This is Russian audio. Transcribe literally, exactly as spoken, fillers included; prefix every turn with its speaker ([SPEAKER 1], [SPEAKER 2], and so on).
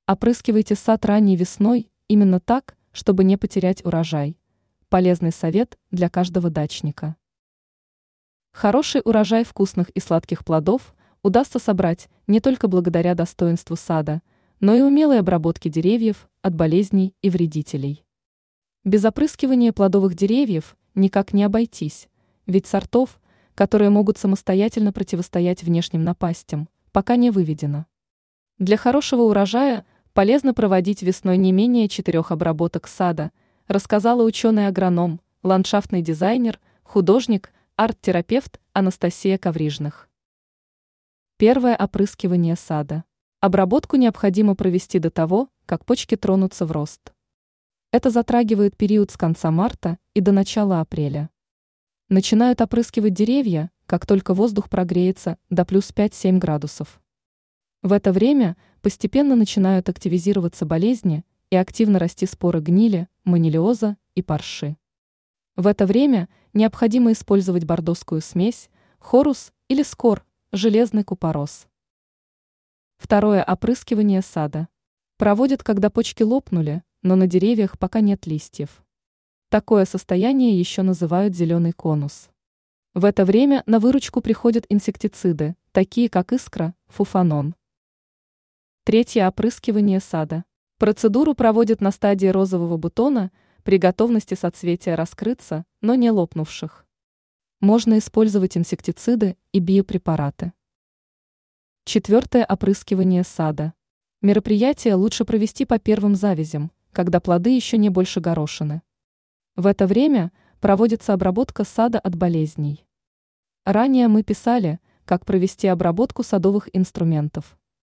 [SPEAKER 1] Опрыскивайте сад ранней весной именно так, чтобы не потерять урожай. Полезный совет для каждого дачника. Хороший урожай вкусных и сладких плодов удастся собрать не только благодаря достоинству сада, но и умелой обработке деревьев от болезней и вредителей. Без опрыскивания плодовых деревьев никак не обойтись, ведь сортов, которые могут самостоятельно противостоять внешним напастям, пока не выведено. Для хорошего урожая полезно проводить весной не менее четырех обработок сада, рассказала ученый-агроном, ландшафтный дизайнер, художник, арт-терапевт Анастасия Коврижных. Первое опрыскивание сада. Обработку необходимо провести до того, как почки тронутся в рост. Это затрагивает период с конца марта и до начала апреля. Начинают опрыскивать деревья, как только воздух прогреется до плюс пять-семь градусов. В это время постепенно начинают активизироваться болезни и активно расти споры гнили, манилиоза и парши. В это время необходимо использовать бордоскую смесь, хорус или скор, железный купорос. Второе опрыскивание сада. Проводят, когда почки лопнули, но на деревьях пока нет листьев. Такое состояние еще называют зеленый конус. В это время на выручку приходят инсектициды, такие как искра, фуфанон. Третье опрыскивание сада. Процедуру проводят на стадии розового бутона при готовности соцветия раскрыться, но не лопнувших. Можно использовать инсектициды и биопрепараты. Четвертое опрыскивание сада. Мероприятие лучше провести по первым завязям, когда плоды еще не больше горошины. В это время проводится обработка сада от болезней. Ранее мы писали, как провести обработку садовых инструментов.